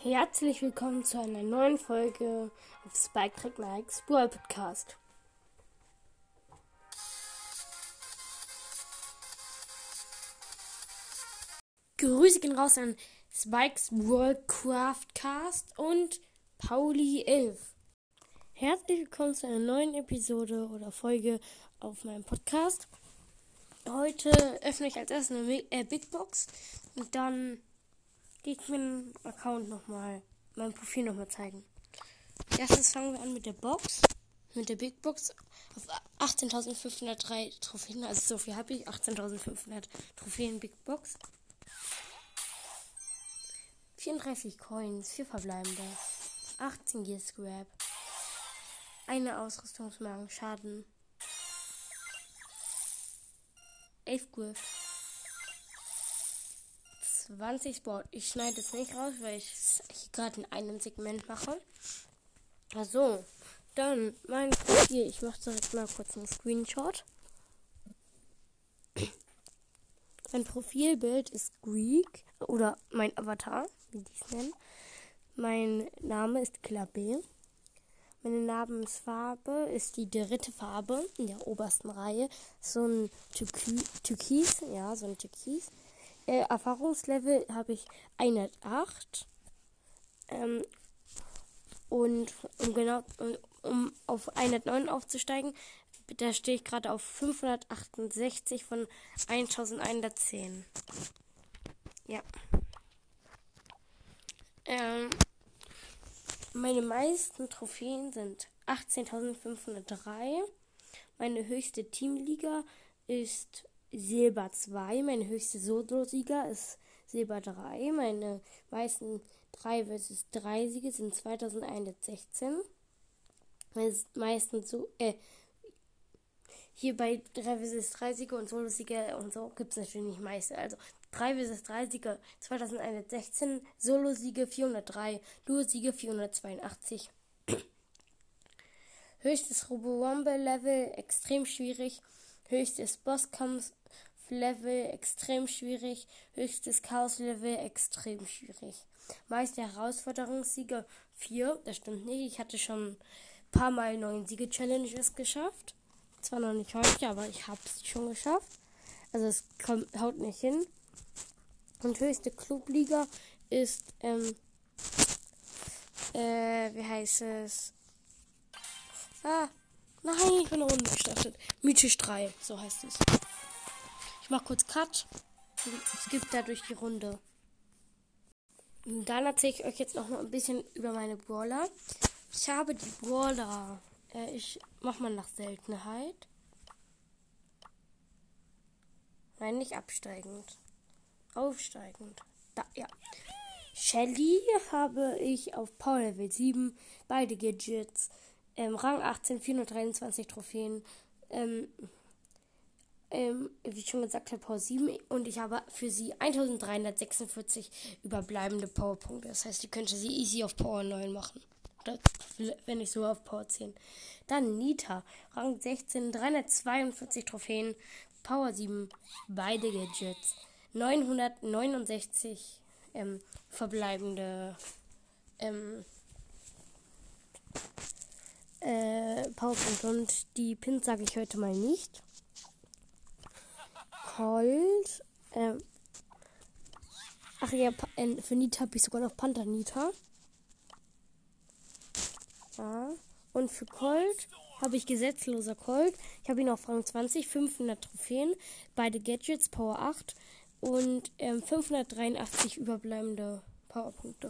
Herzlich willkommen zu einer neuen Folge auf Spike Track Nikes Brawl Podcast. Grüße gehen raus an Spikes Brawl Craftcast und Pauli11. Herzlich willkommen zu einer neuen Episode oder Folge auf meinem Podcast. Heute öffne ich als erstes eine Big Box und dann gehe ich meinen Account nochmal, mein Profil nochmal zeigen. Erstens fangen wir an mit der Box, mit der Big Box auf 18.503 Trophäen, also so viel habe ich, 18.500 Trophäen Big Box. 34 Coins, 4 verbleibende, 18 Gear Scrap, eine Ausrüstungsmarken, Schaden, 11 Griff, 20 Sport. Ich schneide es nicht raus, weil ich gerade in einem Segment mache. Also, dann mein Profil. Ich mache direkt mal kurz einen Screenshot. Mein Profilbild ist Greek oder mein Avatar, wie die es nennen. Mein Name ist Klappe. Meine Namensfarbe ist die dritte Farbe in der obersten Reihe. So ein Türkis, ja, so ein Türkis. Erfahrungslevel habe ich 108. Und um auf 109 aufzusteigen, da stehe ich gerade auf 568 von 1110. Ja. Meine meisten Trophäen sind 18.503. Meine höchste Teamliga ist Silber 2. Meine höchste Solo-Sieger ist Silber 3. Meine meisten 3 vs 3 Siege sind 2116. Meine meisten hier bei 3 vs 3 Siege und Solo-Siege und so gibt es natürlich nicht meiste. Also 3 vs 3 Siege 2116, Solo-Siege 403, Duo-Siege 482. Höchstes Robo-Rumble-Level extrem schwierig. Höchstes Bosskampf-Level extrem schwierig. Höchstes Chaos-Level extrem schwierig. Meiste Herausforderungssiege 4. Das stimmt nicht. Ich hatte schon ein paar Mal 9 Siege-Challenges geschafft. Zwar noch nicht heute, aber ich habe es schon geschafft. Also es haut nicht hin. Und höchste Clubliga ist, wie heißt es? Nein, ich bin nach unten gestartet. Mythisch 3, so heißt es. Ich mach kurz Cut. Es gibt dadurch die Runde. Und dann erzähle ich euch jetzt noch mal ein bisschen über meine Brawler. Ich habe die Brawler. Ich mach mal nach Seltenheit. Nein, nicht absteigend. Aufsteigend. Da, ja. Shelly habe ich auf Power Level 7. Beide Gadgets. Rang 18, 423 Trophäen. Wie ich schon gesagt habe, Power 7. Und ich habe für sie 1346 überbleibende Powerpunkte. Das heißt, ich könnte sie easy auf Power 9 machen. Oder wenn nicht sogar auf Power 10. Dann Nita. Rang 16, 342 Trophäen. Power 7. Beide Gadgets. 969 verbleibende Powerpunkte. Und die Pins sage ich heute mal nicht. Cold. Ach ja, für Nita habe ich sogar noch Panther Nita. Ja. Und für Colt habe ich gesetzloser Colt. Ich habe ihn auf Rang 20, 500 Trophäen. Beide Gadgets, Power 8 und 583 überbleibende Powerpunkte.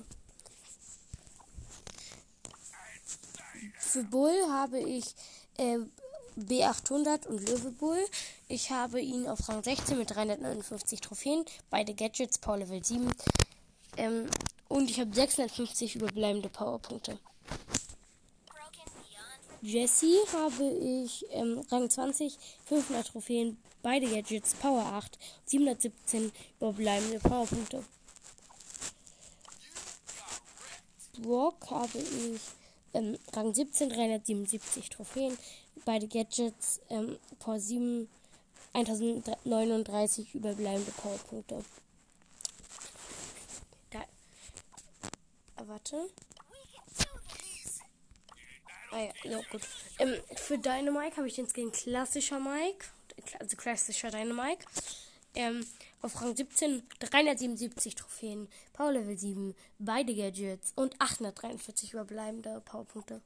Für Bull habe ich B800 und Löwebull. Ich habe ihn auf Rang 16 mit 359 Trophäen. Beide Gadgets, Power Level 7. Und ich habe 650 überbleibende Powerpunkte. Jessie habe ich Rang 20, 500 Trophäen, beide Gadgets, Power 8, 717 überbleibende Powerpunkte. Brock habe ich Rang 17, 377 Trophäen, beide Gadgets, Power 7, 1039 überbleibende Powerpunkte. warte. Ja, gut. Für Dynamike habe ich den Skin klassischer Mike. Also klassischer Dynamike. Auf Rang 17 377 Trophäen. Power Level 7. Beide Gadgets. Und 843 überbleibende Powerpunkte.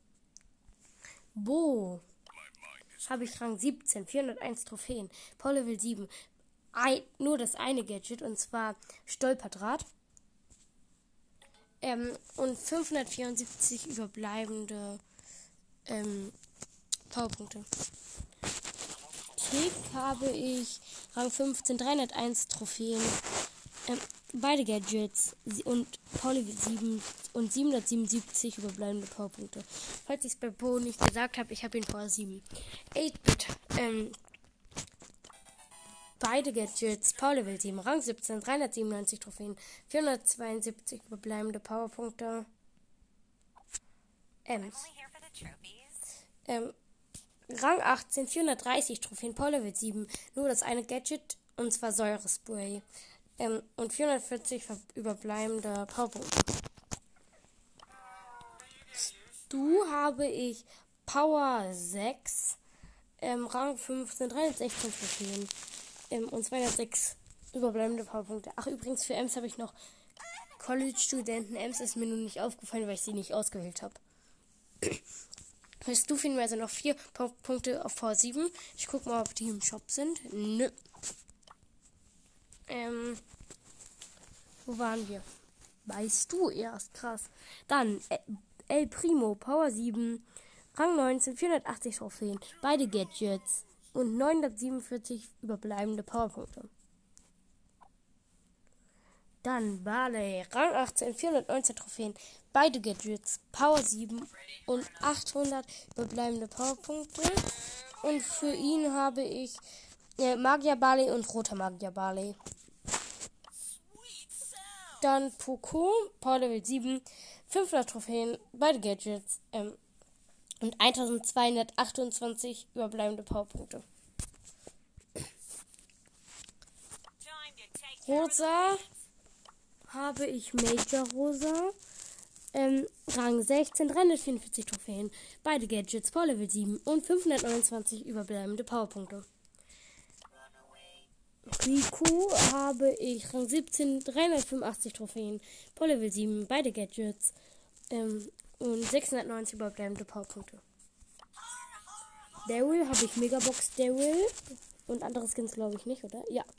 Bo. Habe ich Rang 17. 401 Trophäen. Power Level 7. Nur das eine Gadget. Und zwar Stolperdraht. Und 574 überbleibende Powerpunkte. Tick habe ich Rang 15, 301 Trophäen, beide Gadgets und Power 7 und 777 überbleibende Powerpunkte. Falls ich es bei Bo nicht gesagt habe, ich habe ihn Power 7. 8-Bit, beide Gadgets, Power Level 7, Rang 17, 397 Trophäen, 472 überbleibende Powerpunkte. Rang 18, 430 Trophäen, Power Level 7, nur das eine Gadget, und zwar Säurespray. Und 440 überbleibende Powerpunkte. Stu habe ich Power 6, Rang 15, 316 Trophäen, und 206 überbleibende Powerpunkte. Ach, übrigens, für Ems habe ich noch College-Studenten. Ems ist mir nur nicht aufgefallen, weil ich sie nicht ausgewählt habe. Stu finden wir also noch 4 Punkte auf Power 7. Ich gucke mal, ob die im Shop sind. Nö. Wo waren wir? Weißt du erst, krass. Dann El Primo, Power 7, Rang 19, 480 Trophäen, beide Gadgets und 947 überbleibende Powerpunkte. Dann Barley, Rang 18, 419 Trophäen, beide Gadgets, Power 7 und 800 überbleibende Powerpunkte. Und für ihn habe ich Magier Barley und roter Magier Barley. Dann Poco, Power Level 7, 500 Trophäen, beide Gadgets und 1228 überbleibende Powerpunkte. Rosa habe ich Major Rosa, Rang 16, 344 Trophäen, beide Gadgets, Power Level 7 und 529 überbleibende Powerpunkte. Rico habe ich Rang 17, 385 Trophäen, Power Level 7, beide Gadgets und 690 überbleibende Powerpunkte. Daryl habe ich Megabox Daryl und andere Skins glaube ich nicht, oder? Ja.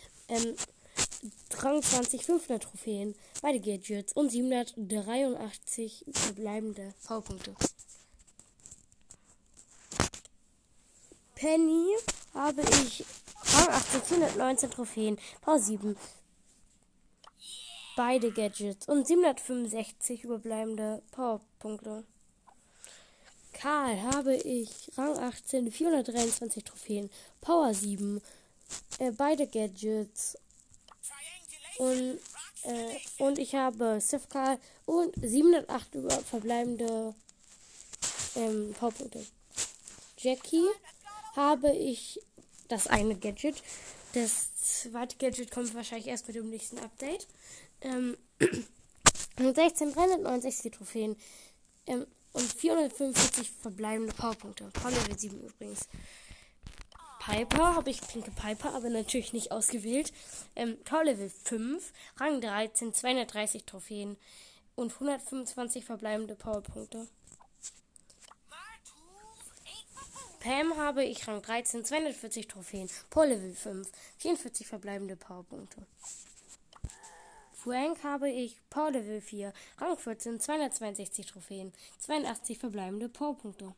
Rang 20, 500 Trophäen, beide Gadgets und 783 verbleibende Powerpunkte. Penny habe ich Rang 18, 419 Trophäen, Power 7, beide Gadgets und 765 überbleibende Powerpunkte. Karl habe ich Rang 18, 423 Trophäen, Power 7, beide Gadgets und ich habe Sif Karl und 708 verbleibende Powerpunkte. Jackie habe ich das eine Gadget. Das zweite Gadget kommt wahrscheinlich erst mit dem nächsten Update. 16, 369 Trophäen und 445 verbleibende Powerpunkte. Power Level 7 übrigens. Piper habe ich Pinke Piper, aber natürlich nicht ausgewählt. Power Level 5, Rang 13, 230 Trophäen und 125 verbleibende Powerpunkte. Pam habe ich Rang 13, 240 Trophäen, Power Level 5, 44 verbleibende Powerpunkte. Frank habe ich Power Level 4, Rang 14, 262 Trophäen, 82 verbleibende Powerpunkte.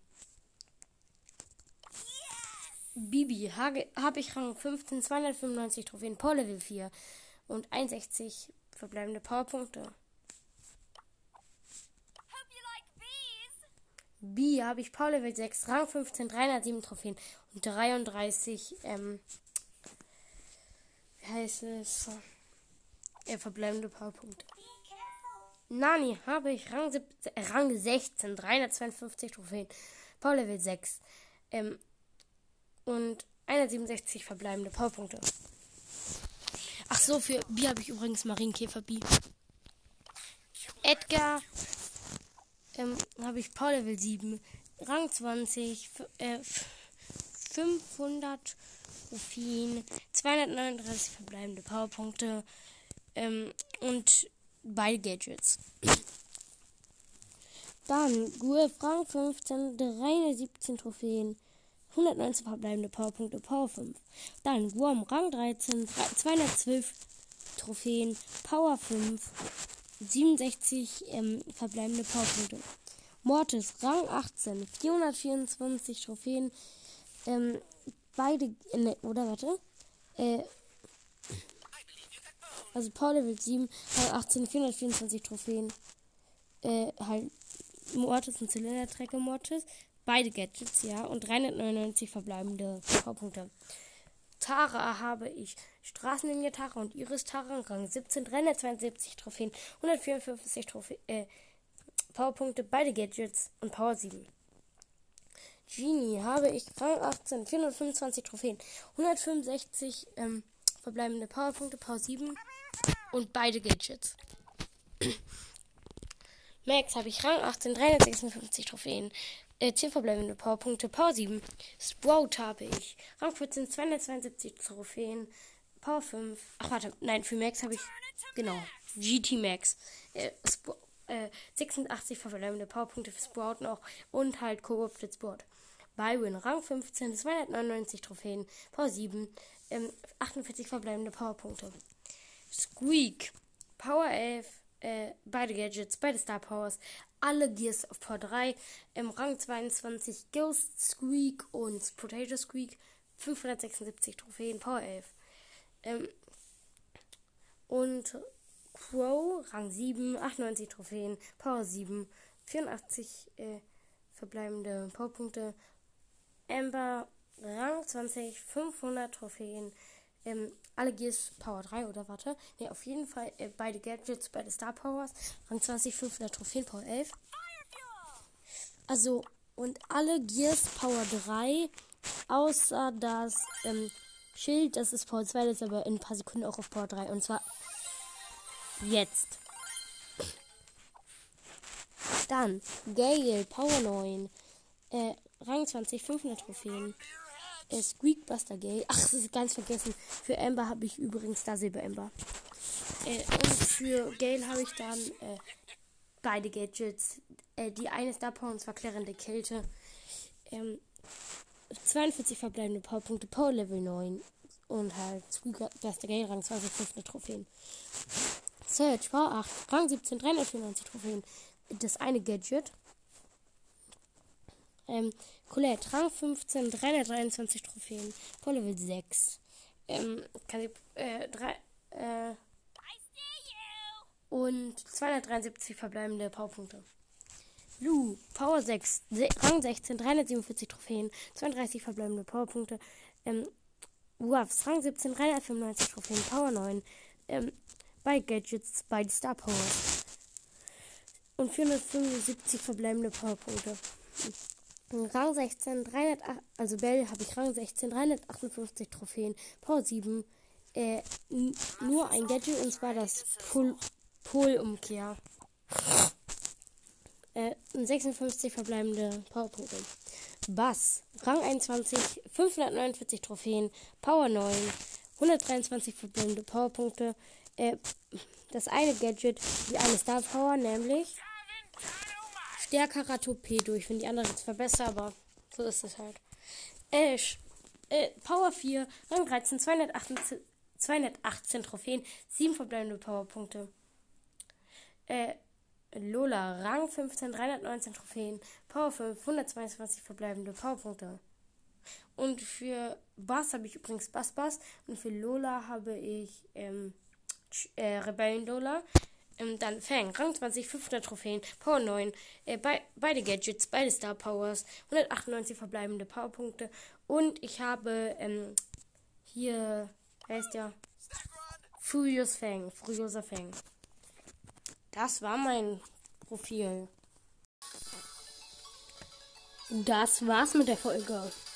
Bibi habe ich Rang 15, 295 Trophäen, Power Level 4 und 61 verbleibende Powerpunkte. B habe ich Power Level 6, Rang 15, 307 Trophäen und 33, verbleibende Powerpunkte. Nani habe ich Rang 16, 352 Trophäen, Power Level 6, und 167 verbleibende Powerpunkte. Ach so, für B habe ich übrigens Marienkäfer B. Edgar habe ich Power Level 7, Rang 20, 500 Trophäen, 239 verbleibende Powerpunkte und beide Gadgets. Dann Guelph Rang 15, 317 Trophäen, 119 verbleibende Powerpunkte, Power 5. Dann Wurm Rang 13, 212 Trophäen, Power 5, 67 verbleibende Powerpunkte. Mortis Rang 18, 424 Trophäen, beide, also Power Level 7, Rang 18, 424 Trophäen, halt Mortis und Zylinderträger Mortis, beide Gadgets, ja, und 399 verbleibende Powerpunkte. Tara habe ich Straßenlinie Tara und Iris Tara, Rang 17, 372 Trophäen, 154 Powerpunkte, beide Gadgets und Power 7. Genie habe ich Rang 18, 425 Trophäen, 165 verbleibende Powerpunkte, Power 7 und beide Gadgets. Max habe ich Rang 18, 356 Trophäen, 10 verbleibende Powerpunkte, Power 7. Sprout habe ich Rang 14, 272 Trophäen, Power 5. Ach warte, nein, für Max habe ich, genau, GT Max. 86 verbleibende Powerpunkte für Sprout noch und halt Co-opted Sport. Byron Rang 15, 299 Trophäen, Power 7, 48 verbleibende Powerpunkte. Squeak, Power 11, beide Gadgets, beide Star Powers, alle Gears of Power 3, Rang 22 Ghost Squeak und Potato Squeak, 576 Trophäen, Power 11. Und Crow, Rang 7, 98 Trophäen, Power 7, 84 verbleibende Powerpunkte. Amber, Rang 20, 500 Trophäen, alle Gears Power 3 oder warte. Ne, auf jeden Fall beide Gadgets, beide Star Powers. Rang 20, 500 Trophäen, Power 11. Also, und alle Gears Power 3, außer das Schild, das ist Power 2, das ist aber in ein paar Sekunden auch auf Power 3. Und zwar jetzt. Dann Gale, Power 9, Rang 20, 500 Trophäen. Squeakbuster Gale. Ach, das ist ganz vergessen. Für Amber habe ich übrigens da Silber Amber. Und für Gale habe ich dann beide Gadgets. Die eine Star Power und zwar klärende Kälte. 42 verbleibende Powerpunkte, Power Level 9. Und halt Squeakbuster Gale, Rang 20, 500 Trophäen. Search, Power 8, Rang 17, 394 Trophäen. Das eine Gadget. Colette, Rang 15, 323 Trophäen, Power Level 6. Und 273 verbleibende Powerpunkte. Lou, Power 6, Rang 16, 347 Trophäen, 32 verbleibende Powerpunkte. Ruffs, Rang 17, 395 Trophäen, Power 9. Beide Gadgets, beide Star Powers. Und 475 verbleibende Powerpunkte. Rang 16, also Bell habe ich Rang 16, 358 Trophäen, Power 7, nur ein Gadget und zwar das Polumkehr. 56 verbleibende Powerpunkte. Bass, Rang 21, 549 Trophäen, Power 9, 123 verbleibende Powerpunkte. Das eine Gadget, die eine Star Power, nämlich stärkerer Torpedo. Ich finde die andere jetzt verbessert, aber so ist es halt. Ash, Power 4, Rang 13, 218 Trophäen, 7 verbleibende Powerpunkte. Lola, Rang 15, 319 Trophäen, Power 5, 122 verbleibende Powerpunkte. Und für Bass habe ich übrigens Bass und für Lola habe ich Rebellen Lola. Dann Fang, Rang 20, 500 Trophäen, Power 9, beide Gadgets, beide Star Powers, 198 verbleibende Powerpunkte. Und ich habe hier, heißt ja, Furioser Fang. Das war mein Profil. Das war's mit der Folge.